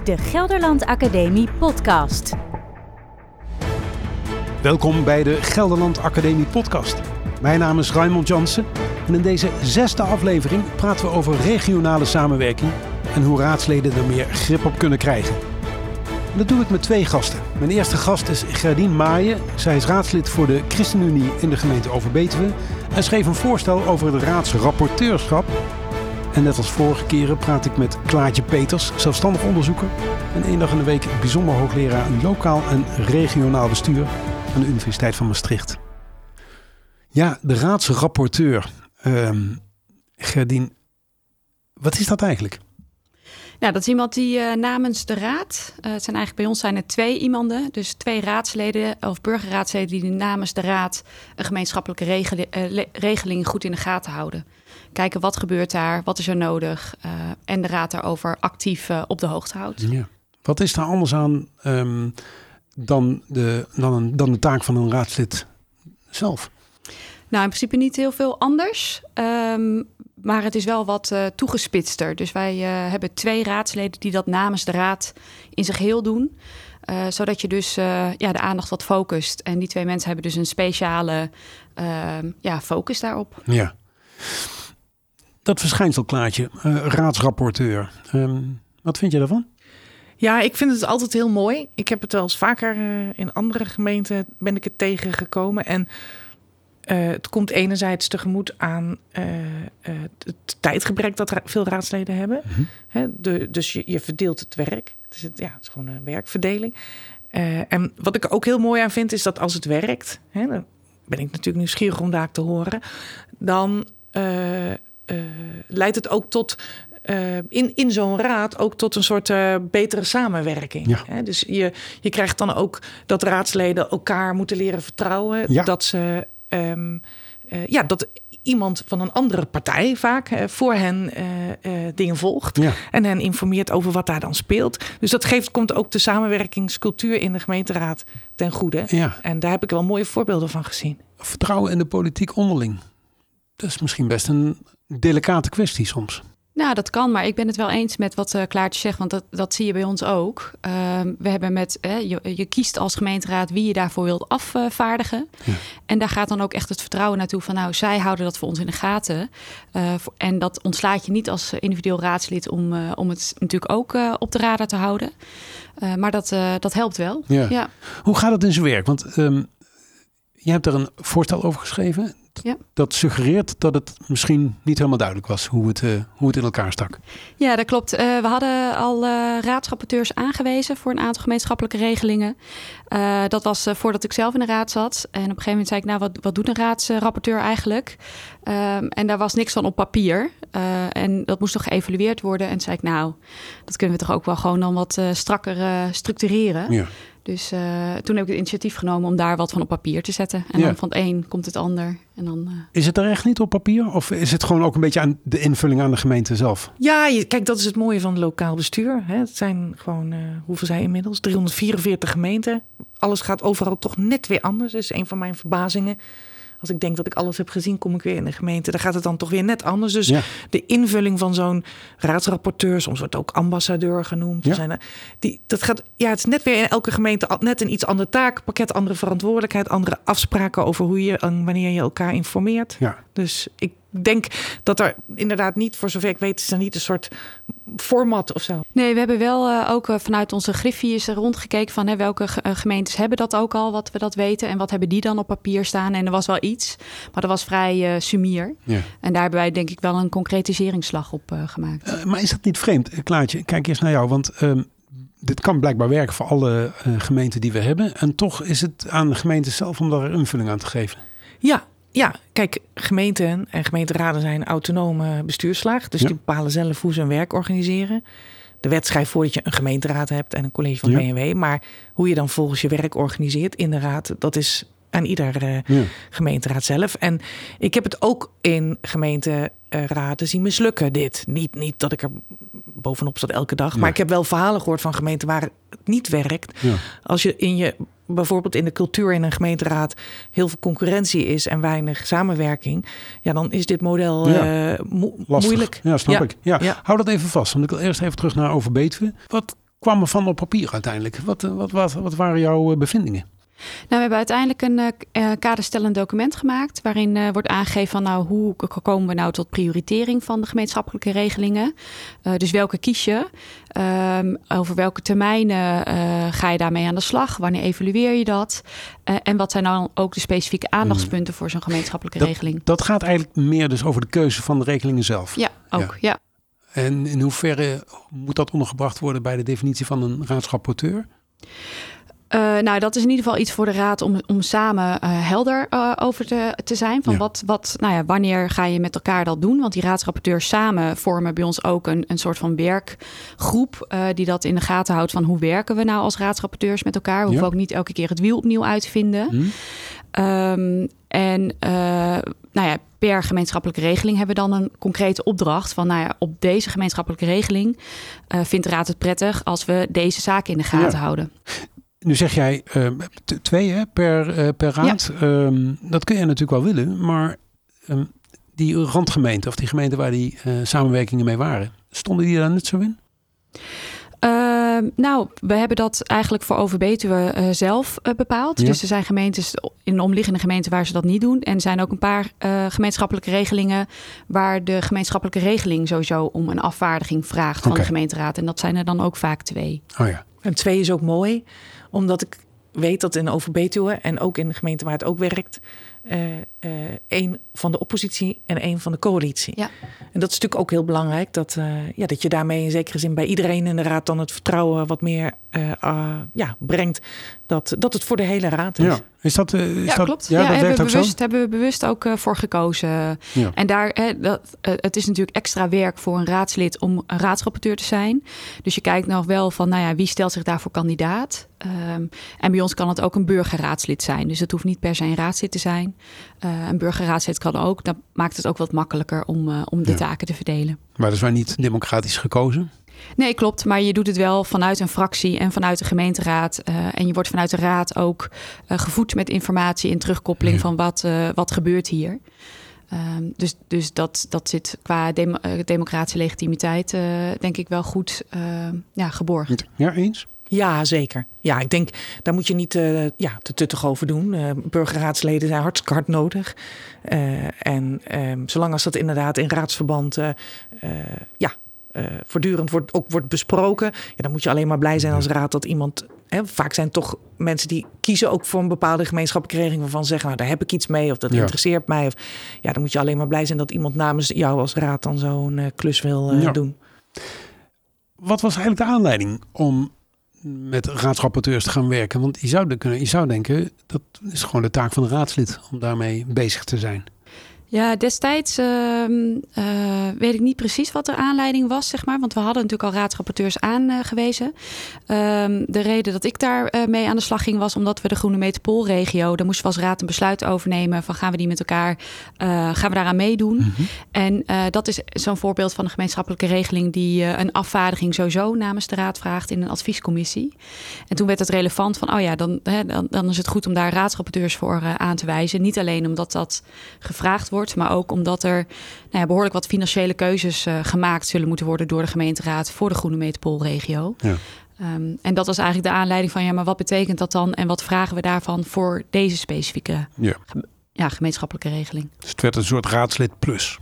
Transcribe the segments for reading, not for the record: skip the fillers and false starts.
de Gelderland Academie podcast. Welkom bij de Gelderland Academie podcast. Mijn naam is Raymond Jansen en in deze 6e aflevering praten we over regionale samenwerking en hoe raadsleden er meer grip op kunnen krijgen. En dat doe ik met 2 gasten. Mijn eerste gast is Gerdien Maaien. Zij is raadslid voor de ChristenUnie in de gemeente Overbetuwe en schreef een voorstel over het raadsrapporteurschap. En net als vorige keren praat ik met Klaartje Peters, zelfstandig onderzoeker en 1 dag in de week bijzonder hoogleraar lokaal en regionaal bestuur aan de Universiteit van Maastricht. Ja, de raadsrapporteur. Gerdien, wat is dat eigenlijk? Nou, dat is iemand die namens de raad, het zijn eigenlijk bij ons zijn er 2 iemanden, dus 2 raadsleden of burgerraadsleden die namens de raad een gemeenschappelijke regeling goed in de gaten houden. Kijken wat gebeurt daar, wat is er nodig en de raad daarover actief op de hoogte houdt. Ja. Wat is daar anders aan dan de taak van een raadslid zelf? Nou, in principe niet heel veel anders. Maar het is wel wat toegespitster. Dus wij hebben 2 raadsleden die dat namens de raad in zijn geheel doen. Zodat je dus de aandacht wat focust. En die 2 mensen hebben dus een speciale focus daarop. Ja. Dat verschijnsel, Klaartje, raadsrapporteur. Wat vind je daarvan? Ja, ik vind het altijd heel mooi. Ik heb het wel eens vaker in andere gemeenten ben ik het tegengekomen. En het komt enerzijds tegemoet aan het tijdgebrek dat veel raadsleden hebben. Mm-hmm. Dus je verdeelt het werk. Het is gewoon een werkverdeling. En wat ik er ook heel mooi aan vind is dat als het werkt, dan ben ik natuurlijk nieuwsgierig om daar te horen, dan leidt het ook tot in zo'n raad ook tot een soort betere samenwerking. Ja. Dus je krijgt dan ook dat raadsleden elkaar moeten leren vertrouwen. Ja. Dat ze dat iemand van een andere partij vaak voor hen dingen volgt. Ja. En hen informeert over wat daar dan speelt. Dus dat komt ook de samenwerkingscultuur in de gemeenteraad ten goede. Ja. En daar heb ik wel mooie voorbeelden van gezien. Vertrouwen in de politiek onderling. Dat is misschien best een delicate kwestie soms. Nou, dat kan, maar ik ben het wel eens met wat Klaartje zegt, want dat zie je bij ons ook. We hebben je kiest als gemeenteraad wie je daarvoor wilt afvaardigen. Ja. En daar gaat dan ook echt het vertrouwen naartoe van, nou, zij houden dat voor ons in de gaten. En dat ontslaat je niet als individueel raadslid om het natuurlijk ook op de radar te houden. Maar dat helpt wel. Ja. Ja. Hoe gaat het in zijn werk? Want je hebt er een voorstel over geschreven. Ja. Dat suggereert dat het misschien niet helemaal duidelijk was hoe het in elkaar stak. Ja, dat klopt. We hadden al raadsrapporteurs aangewezen voor een aantal gemeenschappelijke regelingen. Dat was voordat ik zelf in de raad zat. En op een gegeven moment zei ik, nou, wat doet een raadsrapporteur eigenlijk? En daar was niks van op papier. En dat moest nog geëvalueerd worden. En zei ik, nou, dat kunnen we toch ook wel gewoon dan wat strakker structureren. Ja. Dus toen heb ik het initiatief genomen om daar wat van op papier te zetten. En dan van het een komt het ander. En dan, Is het er echt niet op papier? Of is het gewoon ook een beetje aan de invulling aan de gemeente zelf? Ja, kijk, dat is het mooie van lokaal bestuur. Hè. Het zijn gewoon, hoeveel zijn inmiddels? 344 gemeenten. Alles gaat overal toch net weer anders. Dat is een van mijn verbazingen. Als ik denk dat ik alles heb gezien, kom ik weer in de gemeente. Dan gaat het dan toch weer net anders. Dus de invulling van zo'n raadsrapporteur, soms wordt ook ambassadeur genoemd. Ja. Het is net weer in elke gemeente net een iets ander taakpakket, andere verantwoordelijkheid, andere afspraken over hoe je en wanneer je elkaar informeert. Ja. Dus ik denk dat er inderdaad niet, voor zover ik weet, is er niet een soort format of zo. Nee, we hebben wel ook vanuit onze griffies rondgekeken van welke gemeentes hebben dat ook al, wat we dat weten. En wat hebben die dan op papier staan. En er was wel iets, maar dat was vrij sumier. Ja. En daar hebben wij denk ik wel een concretiseringsslag op gemaakt. Maar is dat niet vreemd? Klaartje, kijk eerst naar jou, want dit kan blijkbaar werken voor alle gemeenten die we hebben. En toch is het aan de gemeente zelf om daar invulling aan te geven. Ja, kijk, gemeenten en gemeenteraden zijn autonome bestuurslaag. Dus die bepalen zelf hoe ze hun werk organiseren. De wet schrijft voor dat je een gemeenteraad hebt en een college van B&W. Maar hoe je dan volgens je werk organiseert in de raad, dat is aan ieder gemeenteraad zelf. En ik heb het ook in gemeenteraden zien mislukken, dit. Niet dat ik er bovenop zat elke dag. Ja. Maar ik heb wel verhalen gehoord van gemeenten waar het niet werkt. Ja. Als je bijvoorbeeld in de cultuur in een gemeenteraad heel veel concurrentie is en weinig samenwerking, ja, dan is dit model moeilijk. Ja, snap ik. Ja. Hou dat even vast, want ik wil eerst even terug naar Overbetuwe. Wat kwam er van op papier uiteindelijk? Wat waren jouw bevindingen? Nou, we hebben uiteindelijk een kaderstellend document gemaakt waarin wordt aangegeven van hoe komen we nou tot prioritering van de gemeenschappelijke regelingen. Dus welke kies je? Over welke termijnen ga je daarmee aan de slag? Wanneer evalueer je dat? En wat zijn dan ook de specifieke aandachtspunten voor zo'n gemeenschappelijke regeling? Dat gaat eigenlijk meer dus over de keuze van de regelingen zelf. Ja, ook. Ja. En in hoeverre moet dat ondergebracht worden bij de definitie van een raadsrapporteur? Nou, dat is in ieder geval iets voor de raad om samen helder over te zijn. Van wanneer ga je met elkaar dat doen? Want die raadsrapporteurs samen vormen bij ons ook een soort van werkgroep die dat in de gaten houdt van hoe werken we nou als raadsrapporteurs met elkaar. We hoeven ook niet elke keer het wiel opnieuw uit te vinden. Per gemeenschappelijke regeling hebben we dan een concrete opdracht van op deze gemeenschappelijke regeling vindt de raad het prettig als we deze zaken in de gaten houden. Nu zeg jij 2 per raad. Ja. Dat kun je natuurlijk wel willen, maar die randgemeenten of die gemeenten waar die samenwerkingen mee waren, stonden die daar net zo in? We hebben dat eigenlijk voor Overbetuwe zelf bepaald. Ja. Dus er zijn gemeentes in de omliggende gemeenten waar ze dat niet doen. En er zijn ook een paar gemeenschappelijke regelingen waar de gemeenschappelijke regeling sowieso om een afvaardiging vraagt van de gemeenteraad. En dat zijn er dan ook vaak 2. Oh ja. En 2 is ook mooi, omdat ik weet dat in Overbetuwe en ook in de gemeente waar het ook werkt, 1 van de oppositie en 1 van de coalitie. Ja. En dat is natuurlijk ook heel belangrijk, dat je daarmee in zekere zin bij iedereen in de raad dan het vertrouwen wat meer brengt dat het voor de hele raad is. Ja. Is dat, klopt. Ja, hebben we bewust ook voor gekozen. Ja. En daar, het is natuurlijk extra werk voor een raadslid om een raadsrapporteur te zijn. Dus je kijkt nog wel van, wie stelt zich daarvoor kandidaat? En bij ons kan het ook een burgerraadslid zijn. Dus het hoeft niet per se een raadslid te zijn. Een burgerraadslid kan ook. Dat maakt het ook wat makkelijker om de taken te verdelen. Maar dat is waar niet democratisch gekozen? Nee, klopt. Maar je doet het wel vanuit een fractie en vanuit de gemeenteraad. En je wordt vanuit de raad ook gevoed met informatie en terugkoppeling van wat gebeurt hier. Dus dat zit qua democratische legitimiteit denk ik wel goed geborgd. Ja, eens? Ja, zeker. Ja, ik denk, daar moet je niet te tuttig over doen. Burgerraadsleden zijn hartstikke hard nodig. Zolang als dat inderdaad in raadsverband voortdurend wordt besproken, dan moet je alleen maar blij zijn als raad dat iemand. Vaak zijn toch mensen die kiezen ook voor een bepaalde gemeenschappelijke regeling waarvan zeggen, daar heb ik iets mee of dat interesseert mij. Of dan moet je alleen maar blij zijn dat iemand namens jou als raad dan zo'n klus wil doen. Wat was eigenlijk de aanleiding om met raadsrapporteurs te gaan werken? Want je zou denken, dat is gewoon de taak van een raadslid om daarmee bezig te zijn. Ja, destijds weet ik niet precies wat de aanleiding was, zeg maar. Want we hadden natuurlijk al raadsrapporteurs aangewezen. De reden dat ik daar mee aan de slag ging was omdat we de Groene Metropoolregio, daar moesten we als raad een besluit over nemen van gaan we die met elkaar, gaan we daaraan meedoen. Mm-hmm. En dat is zo'n voorbeeld van een gemeenschappelijke regeling die een afvaardiging sowieso namens de raad vraagt in een adviescommissie. En toen werd het relevant van, dan is het goed om daar raadsrapporteurs voor aan te wijzen. Niet alleen omdat dat gevraagd wordt, maar ook omdat er behoorlijk wat financiële keuzes gemaakt zullen moeten worden door de gemeenteraad voor de Groene Metropoolregio. Ja. En dat was eigenlijk de aanleiding van, maar wat betekent dat dan en wat vragen we daarvan voor deze specifieke gemeenschappelijke regeling? Dus het werd een soort raadslid plus.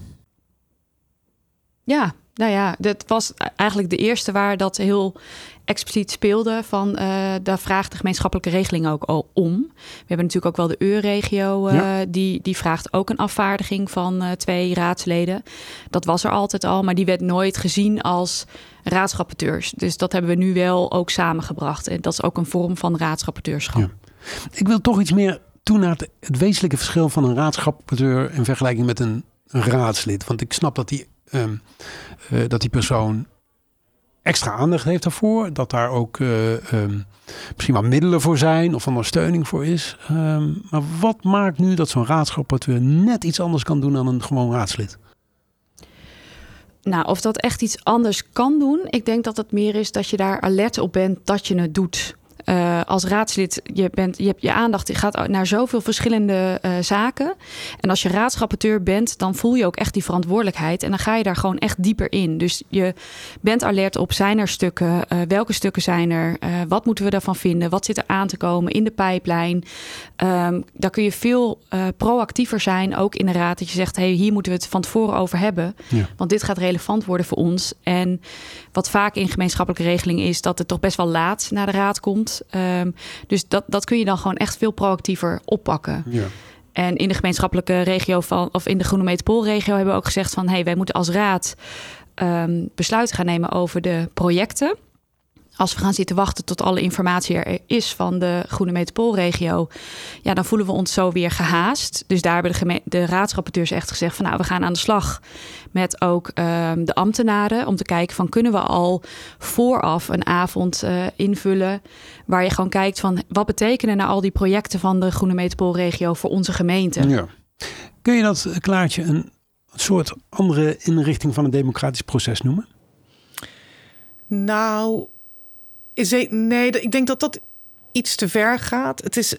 Ja, dat was eigenlijk de eerste waar dat heel expliciet speelde van daar vraagt de gemeenschappelijke regeling ook al om. We hebben natuurlijk ook wel de EU-regio, die vraagt ook een afvaardiging van 2 raadsleden. Dat was er altijd al, maar die werd nooit gezien als raadsrapporteurs. Dus dat hebben we nu wel ook samengebracht. En dat is ook een vorm van raadsrapporteurschap. Ja. Ik wil toch iets meer toe naar het wezenlijke verschil van een raadsrapporteur in vergelijking met een raadslid. Want ik snap dat die persoon extra aandacht heeft daarvoor. Dat daar ook misschien wel middelen voor zijn of ondersteuning voor is. Maar wat maakt nu dat zo'n raadsrapporteur net iets anders kan doen dan een gewoon raadslid? Nou, of dat echt iets anders kan doen. Ik denk dat het meer is dat je daar alert op bent dat je het doet. als raadslid, je hebt je aandacht, je gaat naar zoveel verschillende zaken. En als je raadsrapporteur bent, dan voel je ook echt die verantwoordelijkheid. En dan ga je daar gewoon echt dieper in. Dus je bent alert op, zijn er stukken? Welke stukken zijn er? Wat moeten we daarvan vinden? Wat zit er aan te komen in de pijplijn? Daar kun je veel proactiever zijn, ook in de raad. Dat je zegt, hey, hier moeten we het van tevoren over hebben. Ja. Want dit gaat relevant worden voor ons. En wat vaak in gemeenschappelijke regeling is, dat het toch best wel laat naar de raad komt. Dus dat kun je dan gewoon echt veel proactiever oppakken. Ja. En in de gemeenschappelijke regio of in de Groene Metropoolregio hebben we ook gezegd van, hey, wij moeten als raad besluiten gaan nemen over de projecten. Als we gaan zitten wachten tot alle informatie er is van de Groene Metropoolregio, ja, dan voelen we ons zo weer gehaast. Dus daar hebben de raadsrapporteurs echt gezegd van, nou, we gaan aan de slag met ook de ambtenaren om te kijken van, kunnen we al vooraf een avond invullen waar je gewoon kijkt van, wat betekenen nou al die projecten van de Groene Metropoolregio voor onze gemeente? Ja. Kun je dat, Klaartje, een soort andere inrichting van een democratisch proces noemen? Nou, nee, ik denk dat dat iets te ver gaat. Het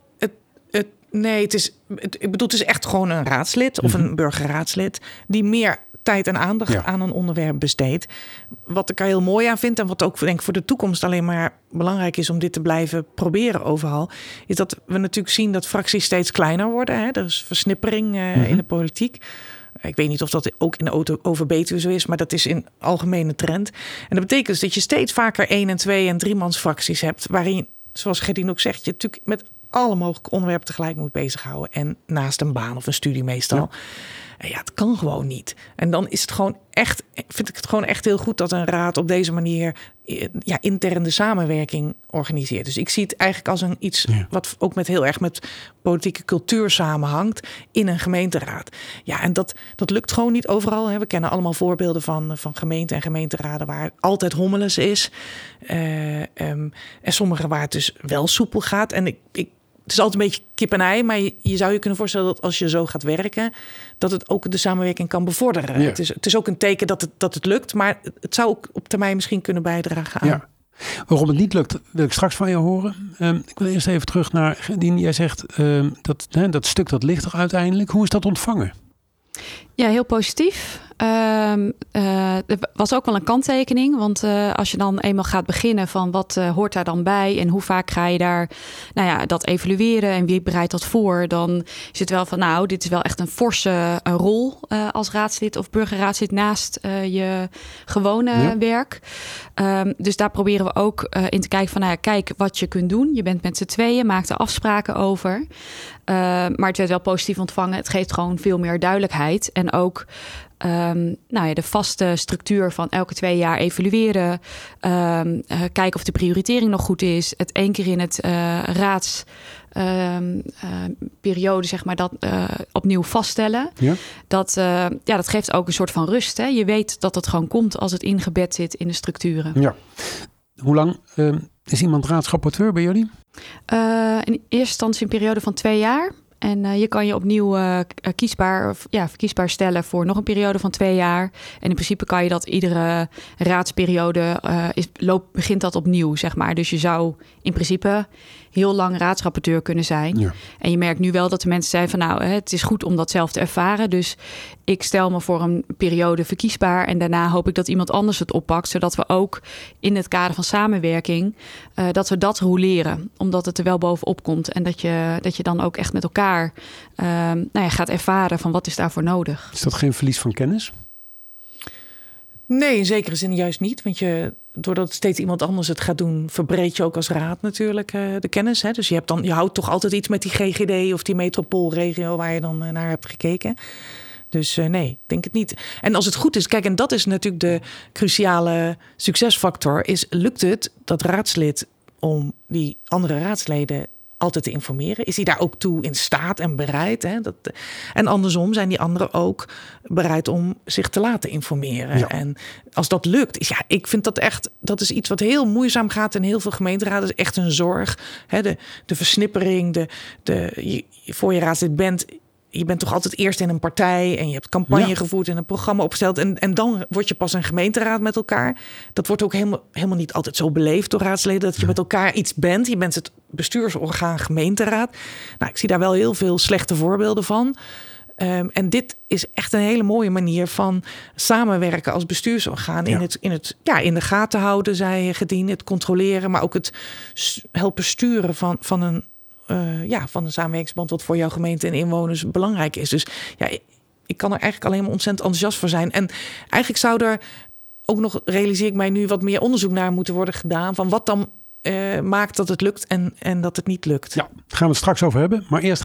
is echt gewoon een raadslid of een burgerraadslid die meer tijd en aandacht aan een onderwerp besteedt. Wat ik er heel mooi aan vind en wat ook denk ik voor de toekomst alleen maar belangrijk is om dit te blijven proberen overal, is dat we natuurlijk zien dat fracties steeds kleiner worden. Hè? Er is versnippering in de politiek. Ik weet niet of dat ook in de Over-Betuwe zo is, maar dat is in algemene trend. En dat betekent dus dat je steeds vaker 1 en 2 en 3-mans fracties hebt, waarin, zoals Gerdien ook zegt, je natuurlijk met alle mogelijke onderwerpen tegelijk moet bezighouden. En naast een baan of een studie meestal. Ja. Ja, het kan gewoon niet. En dan is het gewoon echt, vind ik het gewoon echt heel goed dat een raad op deze manier intern de samenwerking organiseert. Dus ik zie het eigenlijk als iets wat ook heel erg met politieke cultuur samenhangt in een gemeenteraad. Ja, en dat lukt gewoon niet overal. Hè. We kennen allemaal voorbeelden van gemeenten en gemeenteraden waar het altijd hommeles is. En sommige waar het dus wel soepel gaat. En het is altijd een beetje kip en ei, maar je zou je kunnen voorstellen dat als je zo gaat werken, dat het ook de samenwerking kan bevorderen. Ja. Het is ook een teken dat het lukt, maar het zou ook op termijn misschien kunnen bijdragen aan. Ja. Waarom het niet lukt, wil ik straks van je horen. Ik wil eerst even terug naar Gerdien. Jij zegt dat stuk dat ligt er uiteindelijk. Hoe is dat ontvangen? Ja, heel positief. Er was ook wel een kanttekening. Want als je dan eenmaal gaat beginnen van wat hoort daar dan bij en hoe vaak ga je daar dat evalueren en wie bereidt dat voor, dan is het wel van dit is wel echt een forse rol als raadslid of burgerraadslid naast je gewone werk. Dus daar proberen we ook in te kijken van kijk wat je kunt doen. Je bent met z'n tweeën, maak er afspraken over. Maar het werd wel positief ontvangen. Het geeft gewoon veel meer duidelijkheid. En ook de vaste structuur van elke 2 jaar evalueren. Kijken of de prioritering nog goed is. Het 1 keer in het raadsperiode, zeg maar, dat opnieuw vaststellen. Ja. Dat geeft ook een soort van rust. Hè? Je weet dat het gewoon komt als het ingebed zit in de structuren. Ja. Hoe lang is iemand raadsrapporteur bij jullie? In eerste instantie een periode van 2 jaar. En je kan je opnieuw verkiesbaar stellen voor nog een periode van 2 jaar. En in principe kan je dat iedere raadsperiode begint dat opnieuw, zeg maar. Dus je zou in principe heel lang raadsrapporteur kunnen zijn. Ja. En je merkt nu wel dat de mensen zijn van het is goed om dat zelf te ervaren. Dus ik stel me voor een periode verkiesbaar. En daarna hoop ik dat iemand anders het oppakt. Zodat we ook in het kader van samenwerking dat we dat roleren. Omdat het er wel bovenop komt. En dat je dan ook echt met elkaar gaat ervaren van wat is daarvoor nodig. Is dat geen verlies van kennis? Nee, in zekere zin juist niet. Want doordat steeds iemand anders het gaat doen, verbreed je ook als raad natuurlijk de kennis. Hè? Dus je houdt toch altijd iets met die GGD of die metropoolregio waar je dan naar hebt gekeken. Dus nee, denk het niet. En als het goed is, kijk, en dat is natuurlijk de cruciale succesfactor, lukt het dat raadslid om die andere raadsleden altijd te informeren? Is hij daar ook toe in staat en bereid? Hè? En andersom zijn die anderen ook bereid om zich te laten informeren. Ja. En als dat lukt, ik vind dat echt, dat is iets wat heel moeizaam gaat in heel veel gemeenteraden. Dat is echt een zorg. Hè? De versnippering, voor je raadslid bent, je bent toch altijd eerst in een partij en je hebt campagne gevoerd en een programma opgesteld. En dan word je pas een gemeenteraad met elkaar. Dat wordt ook helemaal niet altijd zo beleefd door raadsleden, dat je met elkaar iets bent. Je bent het bestuursorgaan gemeenteraad. Nou, ik zie daar wel heel veel slechte voorbeelden van. En dit is echt een hele mooie manier van samenwerken als bestuursorgaan. In de gaten houden, zei je, Gedien, het controleren, maar ook het helpen sturen van een samenwerkingsband wat voor jouw gemeente en inwoners belangrijk is. Dus ja, ik kan er eigenlijk alleen maar ontzettend enthousiast voor zijn. En eigenlijk zou er ook nog, realiseer ik mij nu, wat meer onderzoek naar moeten worden gedaan van wat dan maakt dat het lukt en dat het niet lukt. Ja, daar gaan we het straks over hebben. Maar eerst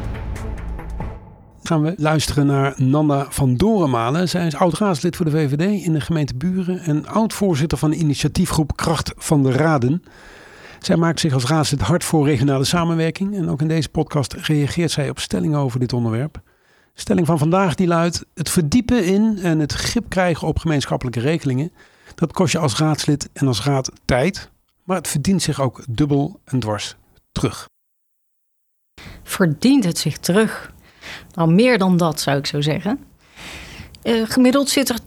gaan we luisteren naar Nanda van Dorenmalen. Zij is oud-raadslid voor de VVD in de gemeente Buren en oud-voorzitter van de initiatiefgroep Kracht van de Raden. Zij maakt zich als raadslid hard voor regionale samenwerking. En ook in deze podcast reageert zij op stellingen over dit onderwerp. De stelling van vandaag die luidt: het verdiepen in en het grip krijgen op gemeenschappelijke regelingen, dat kost je als raadslid en als raad tijd. Maar het verdient zich ook dubbel en dwars terug. Verdient het zich terug? Nou, meer dan dat zou ik zo zeggen. Gemiddeld zit er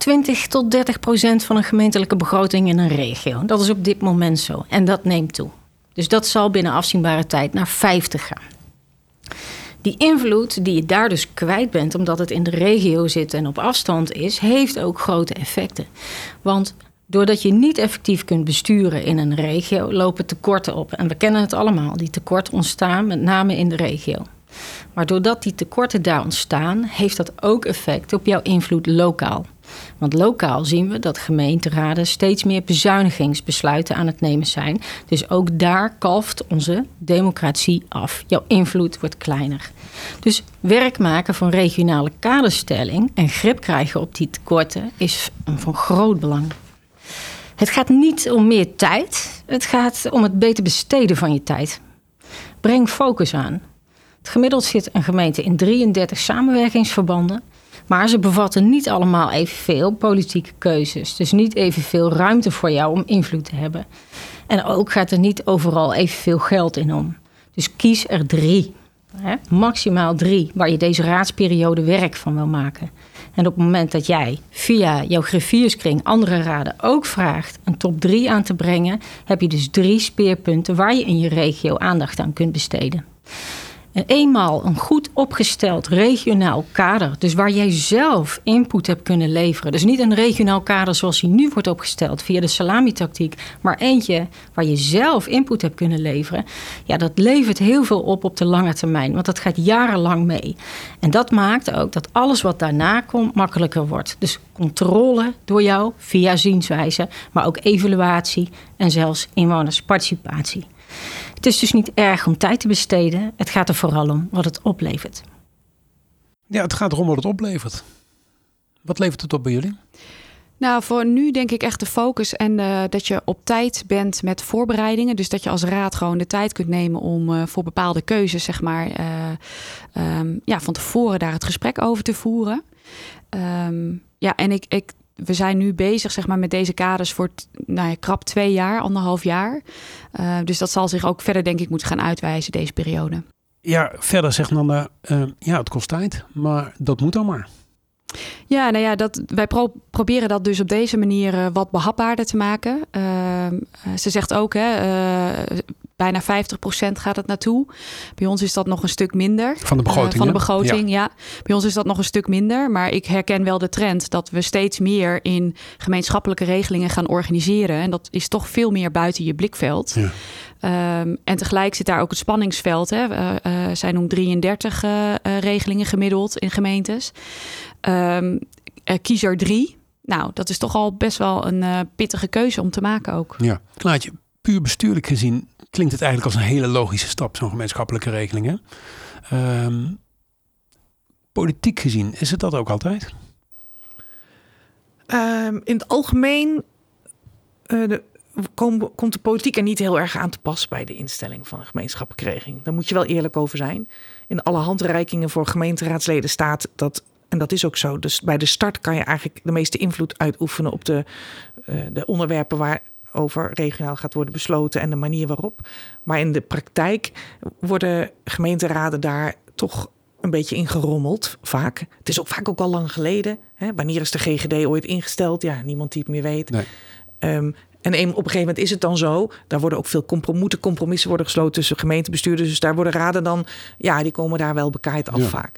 20-30% van een gemeentelijke begroting in een regio. Dat is op dit moment zo. En dat neemt toe. Dus dat zal binnen afzienbare tijd naar 50 gaan. Die invloed die je daar dus kwijt bent, omdat het in de regio zit en op afstand is, heeft ook grote effecten. Want doordat je niet effectief kunt besturen in een regio, lopen tekorten op. En we kennen het allemaal. Die tekorten ontstaan met name in de regio. Maar doordat die tekorten daar ontstaan, heeft dat ook effect op jouw invloed lokaal. Want lokaal zien we dat gemeenteraden steeds meer bezuinigingsbesluiten aan het nemen zijn. Dus ook daar kalft onze democratie af. Jouw invloed wordt kleiner. Dus werk maken van regionale kaderstelling en grip krijgen op die tekorten is van groot belang. Het gaat niet om meer tijd. Het gaat om het beter besteden van je tijd. Breng focus aan. Gemiddeld zit een gemeente in 33 samenwerkingsverbanden. Maar ze bevatten niet allemaal evenveel politieke keuzes. Dus niet evenveel ruimte voor jou om invloed te hebben. En ook gaat er niet overal evenveel geld in om. Dus kies er 3. Maximaal 3, waar je deze raadsperiode werk van wil maken. En op het moment dat jij via jouw griffierskring andere raden ook vraagt een top 3 aan te brengen, heb je dus 3 speerpunten waar je in je regio aandacht aan kunt besteden. En eenmaal een goed opgesteld regionaal kader, dus waar jij zelf input hebt kunnen leveren. Dus niet een regionaal kader zoals die nu wordt opgesteld via de salamitactiek, maar eentje waar je zelf input hebt kunnen leveren. Ja, dat levert heel veel op de lange termijn, want dat gaat jarenlang mee. En dat maakt ook dat alles wat daarna komt makkelijker wordt. Dus controle door jou via zienswijze, maar ook evaluatie en zelfs inwonersparticipatie. Het is dus niet erg om tijd te besteden. Het gaat er vooral om wat het oplevert. Ja, het gaat erom wat het oplevert. Wat levert het op bij jullie? Nou, voor nu denk ik echt de focus en dat je op tijd bent met voorbereidingen. Dus dat je als raad gewoon de tijd kunt nemen om voor bepaalde keuzes, zeg maar, van tevoren daar het gesprek over te voeren. We zijn nu bezig, zeg maar, met deze kaders voor krap 2 jaar, 1,5 jaar. Dus dat zal zich ook verder, denk ik, moeten gaan uitwijzen, deze periode. Ja, verder zegt Nanda, het kost tijd, maar dat moet dan maar. Ja, wij proberen dat dus op deze manier wat behapbaarder te maken. Ze zegt ook, bijna 50% gaat het naartoe. Bij ons is dat nog een stuk minder. Van de begroting, ja. Bij ons is dat nog een stuk minder. Maar ik herken wel de trend dat we steeds meer in gemeenschappelijke regelingen gaan organiseren. En dat is toch veel meer buiten je blikveld. Ja. En tegelijk zit daar ook het spanningsveld. Zij noemt 33 regelingen gemiddeld in gemeentes. Kies er 3. Nou, dat is toch al best wel een pittige keuze om te maken ook. Ja, Klaartje, puur bestuurlijk gezien klinkt het eigenlijk als een hele logische stap, zo'n gemeenschappelijke regeling. Hè? Politiek gezien, is het dat ook altijd? In het algemeen komt de politiek er niet heel erg aan te pas bij de instelling van een gemeenschappelijke regeling. Daar moet je wel eerlijk over zijn. In alle handreikingen voor gemeenteraadsleden staat dat, en dat is ook zo, dus bij de start kan je eigenlijk de meeste invloed uitoefenen op de onderwerpen waarover regionaal gaat worden besloten en de manier waarop. Maar in de praktijk worden gemeenteraden daar toch een beetje ingerommeld, vaak. Het is ook vaak ook al lang geleden. Hè? Wanneer is de GGD ooit ingesteld? Ja, niemand die het meer weet. Nee. En op een gegeven moment is het dan zo. Daar worden ook veel compromissen worden gesloten tussen gemeentebestuurders. Dus daar worden raden dan, die komen daar wel bekaaid af vaak.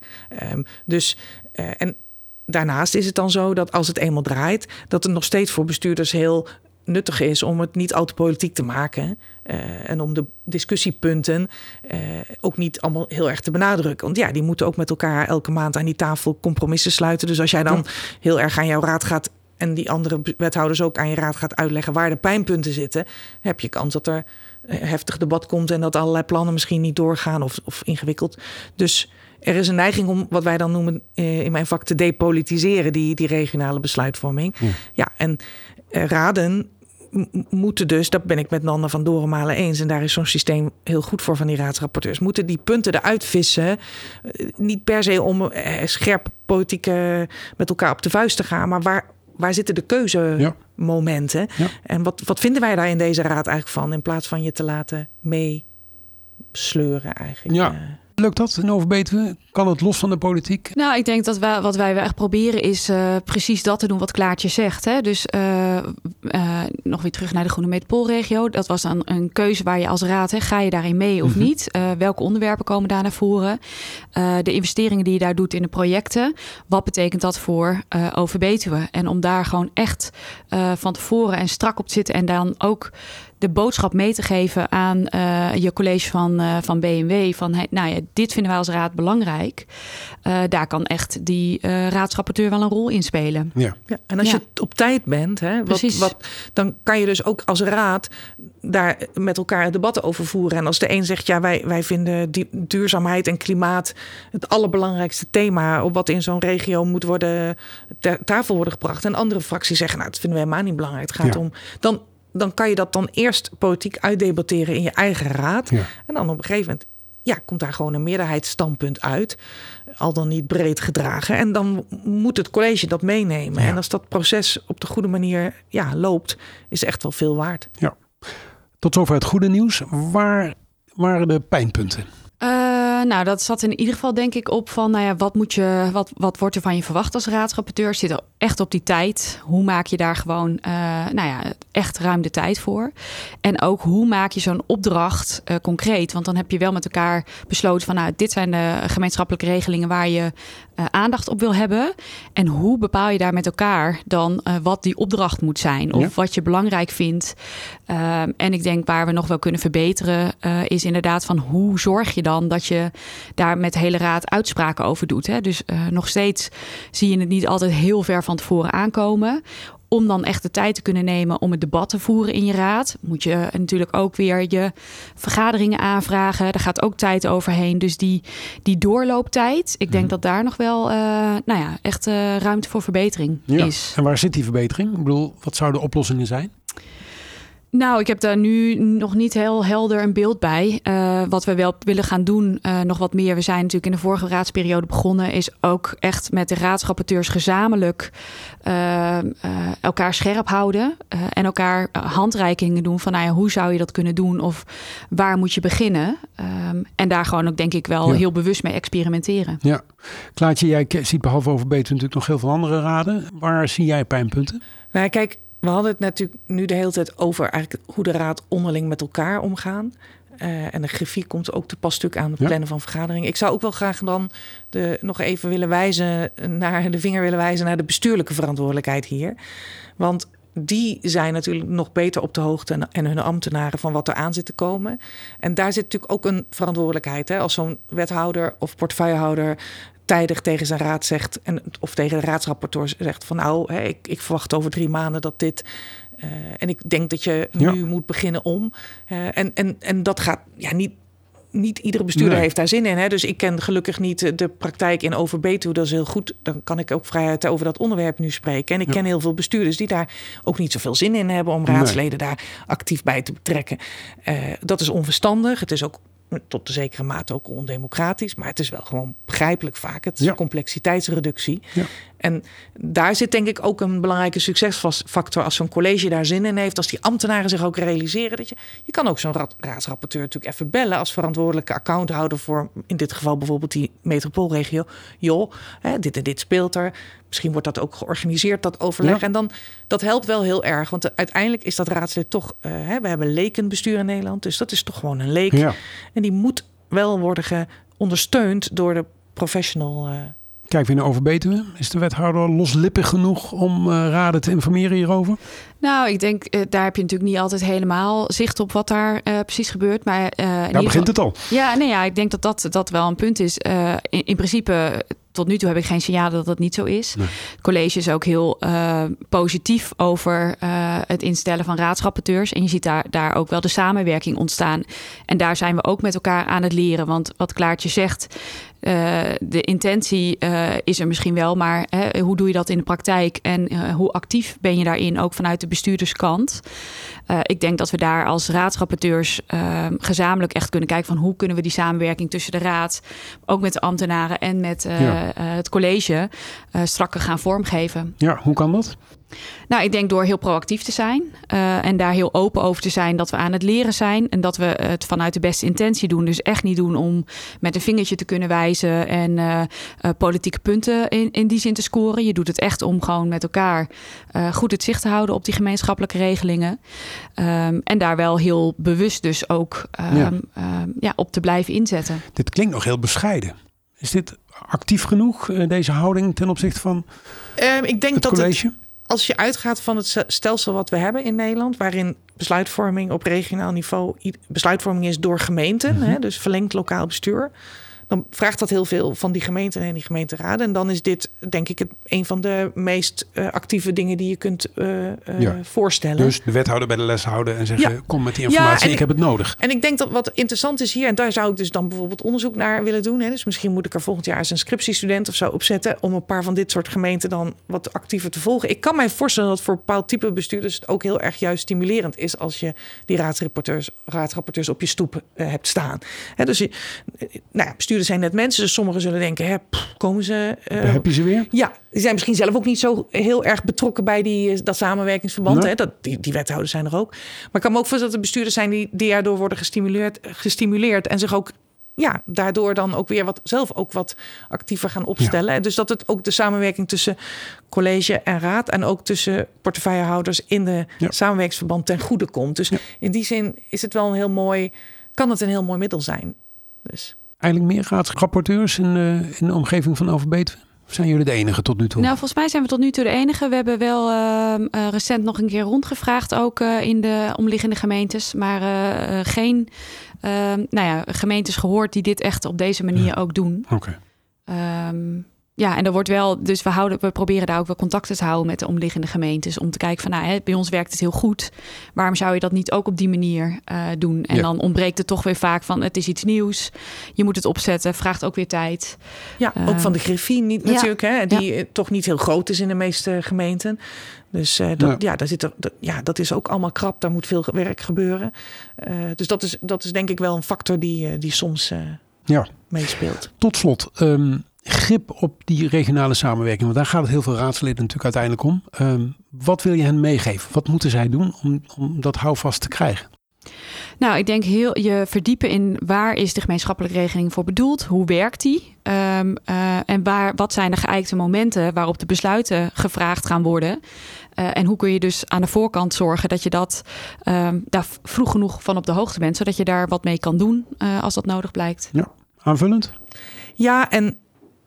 En daarnaast is het dan zo dat als het eenmaal draait, dat het nog steeds voor bestuurders heel nuttig is om het niet al te politiek te maken. En om de discussiepunten ook niet allemaal heel erg te benadrukken. Want die moeten ook met elkaar elke maand aan die tafel compromissen sluiten. Dus als jij dan heel erg aan jouw raad gaat en die andere wethouders ook aan je raad gaat uitleggen waar de pijnpunten zitten, heb je kans dat er heftig debat komt en dat allerlei plannen misschien niet doorgaan of ingewikkeld. Dus er is een neiging om wat wij dan noemen in mijn vak te depolitiseren, die regionale besluitvorming. En raden moeten dus, dat ben ik met Nanne van Dorenmalen eens, en daar is zo'n systeem heel goed voor van die raadsrapporteurs, moeten die punten eruit vissen. Niet per se om scherp politiek met elkaar op de vuist te gaan, maar waar zitten de keuzemomenten? Ja. En wat vinden wij daar in deze raad eigenlijk van, in plaats van je te laten meesleuren eigenlijk? Ja. Lukt dat in Over-Betuwe? Kan het los van de politiek? Nou, ik denk dat wat wij echt proberen is precies dat te doen wat Klaartje zegt. Hè? Dus nog weer terug naar de Groene Metropoolregio. Dat was dan een keuze waar je als raad, ga je daarin mee of niet? Welke onderwerpen komen daar naar voren? De investeringen die je daar doet in de projecten. Wat betekent dat voor Over-Betuwe? En om daar gewoon echt van tevoren en strak op te zitten en dan ook de boodschap mee te geven aan je college van BMW. Van dit vinden wij als raad belangrijk. Daar kan echt die raadsrapporteur wel een rol in spelen. Ja. En als je op tijd bent, dan kan je dus ook als raad daar met elkaar debatten over voeren. En als de een zegt, wij vinden duurzaamheid en klimaat het allerbelangrijkste thema op wat in zo'n regio moet worden ter tafel worden gebracht. En andere fracties zeggen, dat vinden we helemaal niet belangrijk. Het gaat om dan kan je dat dan eerst politiek uitdebatteren in je eigen raad. Ja. En dan op een gegeven moment komt daar gewoon een meerderheidsstandpunt uit. Al dan niet breed gedragen. En dan moet het college dat meenemen. Ja. En als dat proces op de goede manier loopt, is echt wel veel waard. Ja. Tot zover het goede nieuws. Waar waren de pijnpunten? Dat zat in ieder geval denk ik op van, wat wordt er van je verwacht als raadsrapporteur? Zit er echt op die tijd? Hoe maak je daar gewoon, echt ruim de tijd voor? En ook hoe maak je zo'n opdracht concreet? Want dan heb je wel met elkaar besloten van, dit zijn de gemeenschappelijke regelingen waar je aandacht op wil hebben. En hoe bepaal je daar met elkaar dan wat die opdracht moet zijn? Of wat je belangrijk vindt? En ik denk waar we nog wel kunnen verbeteren is inderdaad van hoe zorg je dan dat je daar met de hele raad uitspraken over doet. Hè? Dus nog steeds zie je het niet altijd heel ver van tevoren aankomen. Om dan echt de tijd te kunnen nemen om het debat te voeren in je raad, moet je natuurlijk ook weer je vergaderingen aanvragen. Daar gaat ook tijd overheen. Dus die doorlooptijd, ik denk dat daar nog wel echt ruimte voor verbetering is. En waar zit die verbetering? Ik bedoel, wat zouden de oplossingen zijn? Nou, ik heb daar nu nog niet heel helder een beeld bij. Wat we wel willen gaan doen, nog wat meer. We zijn natuurlijk in de vorige raadsperiode begonnen, is ook echt met de raadsrapporteurs gezamenlijk elkaar scherp houden. En elkaar handreikingen doen van, hoe zou je dat kunnen doen? Of waar moet je beginnen? En daar gewoon ook denk ik wel heel bewust mee experimenteren. Ja. Klaartje, jij ziet behalve Over-Betuwe natuurlijk nog heel veel andere raden. Waar zie jij pijnpunten? Nou, kijk, we hadden het natuurlijk nu de hele tijd over eigenlijk hoe de raad onderling met elkaar omgaan. En de griffiek komt ook te pas stuk aan het plannen van vergaderingen. Ik zou ook wel graag dan nog even de vinger willen wijzen naar de bestuurlijke verantwoordelijkheid hier. Want die zijn natuurlijk nog beter op de hoogte en hun ambtenaren van wat er aan zit te komen. En daar zit natuurlijk ook een verantwoordelijkheid. Hè? Als zo'n wethouder of portefeuillehouder tijdig tegen zijn raad zegt of tegen de raadsrapporteur zegt van ik verwacht over 3 maanden dat dit en ik denk dat je nu moet beginnen om en dat gaat niet iedere bestuurder heeft daar zin in. Hè? Dus ik ken gelukkig niet de praktijk in Over-Betuwe. Dat is heel goed. Dan kan ik ook vrijheid over dat onderwerp nu spreken. En ik ken heel veel bestuurders die daar ook niet zoveel zin in hebben om raadsleden daar actief bij te betrekken. Dat is onverstandig. Het is ook tot een zekere mate ook ondemocratisch. Maar het is wel gewoon begrijpelijk vaak. Het is complexiteitsreductie. Ja. En daar zit denk ik ook een belangrijke succesfactor. Als zo'n college daar zin in heeft. Als die ambtenaren zich ook realiseren. Dat je kan ook zo'n raadsrapporteur natuurlijk even bellen. Als verantwoordelijke accounthouder voor in dit geval bijvoorbeeld die metropoolregio. Joh, dit en dit speelt er. Misschien wordt dat ook georganiseerd, dat overleg. Ja. En dan, dat helpt wel heel erg. Want uiteindelijk is dat raadslid toch... we hebben lekenbestuur in Nederland. Dus dat is toch gewoon een leek. Ja. En die moet wel worden ondersteund door de professional. Kijken we naar Overbetuwe. Is de wethouder loslippig genoeg om raden te informeren hierover? Nou, ik denk, daar heb je natuurlijk niet altijd helemaal zicht op wat daar precies gebeurt. Maar daar begint het al. Ja, ik denk dat wel een punt is. In principe... Tot nu toe heb ik geen signalen dat dat niet zo is. Nee. Het college is ook heel positief over het instellen van raadsrapporteurs. En je ziet daar ook wel de samenwerking ontstaan. En daar zijn we ook met elkaar aan het leren. Want wat Klaartje zegt, de intentie is er misschien wel. Maar hoe doe je dat in de praktijk? En hoe actief ben je daarin, ook vanuit de bestuurderskant? Ik denk dat we daar als raadsrapporteurs gezamenlijk echt kunnen kijken van hoe kunnen we die samenwerking tussen de raad, ook met de ambtenaren en met het college strakker gaan vormgeven. Ja, hoe kan dat? Nou, ik denk door heel proactief te zijn en daar heel open over te zijn dat we aan het leren zijn en dat we het vanuit de beste intentie doen. Dus echt niet doen om met een vingertje te kunnen wijzen en politieke punten in die zin te scoren. Je doet het echt om gewoon met elkaar goed het zicht te houden op die gemeenschappelijke regelingen. En daar wel heel bewust dus ook op te blijven inzetten. Dit klinkt nog heel bescheiden. Is dit actief genoeg, deze houding ten opzichte van ik denk het dat college? Als je uitgaat van het stelsel wat we hebben in Nederland, waarin besluitvorming op regionaal niveau besluitvorming is door gemeenten, dus verlengd lokaal bestuur, dan vraagt dat heel veel van die gemeenten en die gemeenteraden. En dan is dit, denk ik, een van de meest actieve dingen die je kunt voorstellen. Dus de wethouder bij de les houden en zeggen, kom met die informatie, ik heb het nodig. En ik denk dat wat interessant is hier, en daar zou ik dus dan bijvoorbeeld onderzoek naar willen doen. Dus misschien moet ik er volgend jaar eens een scriptiestudent of zo opzetten om een paar van dit soort gemeenten dan wat actiever te volgen. Ik kan mij voorstellen dat voor een bepaald type bestuurders het ook heel erg juist stimulerend is als je die raadsrapporteurs op je stoep hebt staan. Dus bestuurders zijn net mensen, dus sommigen zullen denken, komen ze... Daar heb je ze weer? Ja, die zijn misschien zelf ook niet zo heel erg betrokken bij dat samenwerkingsverband. Nee. Die wethouders zijn er ook. Maar ik kan me ook voorstellen dat er bestuurders zijn die daardoor worden gestimuleerd en zich ook daardoor dan ook weer zelf wat actiever gaan opstellen. Ja. Dus dat het ook de samenwerking tussen college en raad en ook tussen portefeuillehouders in de samenwerkingsverband ten goede komt. Dus in die zin is het wel kan het een heel mooi middel zijn. Dus. Eigenlijk meer raadsrapporteurs in de omgeving van Overbetuwe? Of zijn jullie de enige tot nu toe? Nou, volgens mij zijn we tot nu toe de enige. We hebben wel recent nog een keer rondgevraagd, ook in de omliggende gemeentes. Maar geen gemeentes gehoord die dit echt op deze manier ook doen. Oké. En er wordt wel, dus we proberen daar ook wel contacten te houden met de omliggende gemeentes. Om te kijken van, bij ons werkt het heel goed. Waarom zou je dat niet ook op die manier doen? En dan ontbreekt het toch weer vaak van, het is iets nieuws. Je moet het opzetten, vraagt ook weer tijd. Ja, ook van de griffier niet natuurlijk, die toch niet heel groot is in de meeste gemeenten. Dus dat is ook allemaal krap. Daar moet veel werk gebeuren. Dus dat is denk ik wel een factor die soms meespeelt. Tot slot, grip op die regionale samenwerking. Want daar gaat het heel veel raadsleden natuurlijk uiteindelijk om. Wat wil je hen meegeven? Wat moeten zij doen om dat houvast te krijgen? Nou, ik denk je verdiepen in waar is de gemeenschappelijke regeling voor bedoeld? Hoe werkt die? En wat zijn de geëikte momenten waarop de besluiten gevraagd gaan worden? En hoe kun je dus aan de voorkant zorgen dat je daar vroeg genoeg van op de hoogte bent, zodat je daar wat mee kan doen als dat nodig blijkt. Ja, aanvullend? Ja, en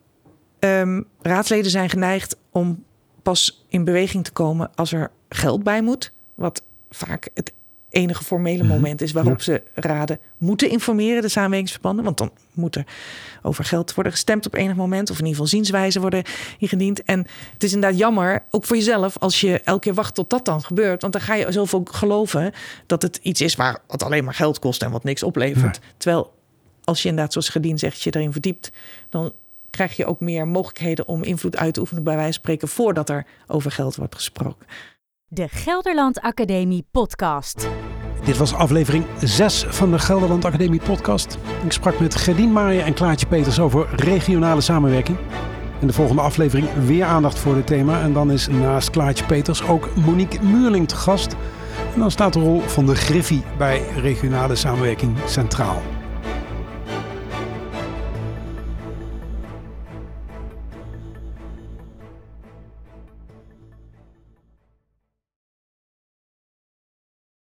raadsleden zijn geneigd om pas in beweging te komen als er geld bij moet. Wat vaak het enige formele moment is waarop ze raden moeten informeren, de samenwerkingsverbanden. Want dan moet er over geld worden gestemd op enig moment. Of in ieder geval zienswijzen worden ingediend. En het is inderdaad jammer, ook voor jezelf, als je elke keer wacht tot dat dan gebeurt. Want dan ga je zelf ook geloven dat het iets is wat alleen maar geld kost en wat niks oplevert. Nee. Terwijl als je inderdaad, zoals Gedien zegt, je erin verdiept, dan krijg je ook meer mogelijkheden om invloed uit te oefenen, bij wijze van spreken, voordat er over geld wordt gesproken. De Gelderland Academie podcast. Dit was aflevering 6 van de Gelderland Academie podcast. Ik sprak met Gerdien Maaien en Klaartje Peters over regionale samenwerking. In de volgende aflevering weer aandacht voor dit thema. En dan is naast Klaartje Peters ook Monique Muurling te gast. En dan staat de rol van de Griffie bij regionale samenwerking centraal.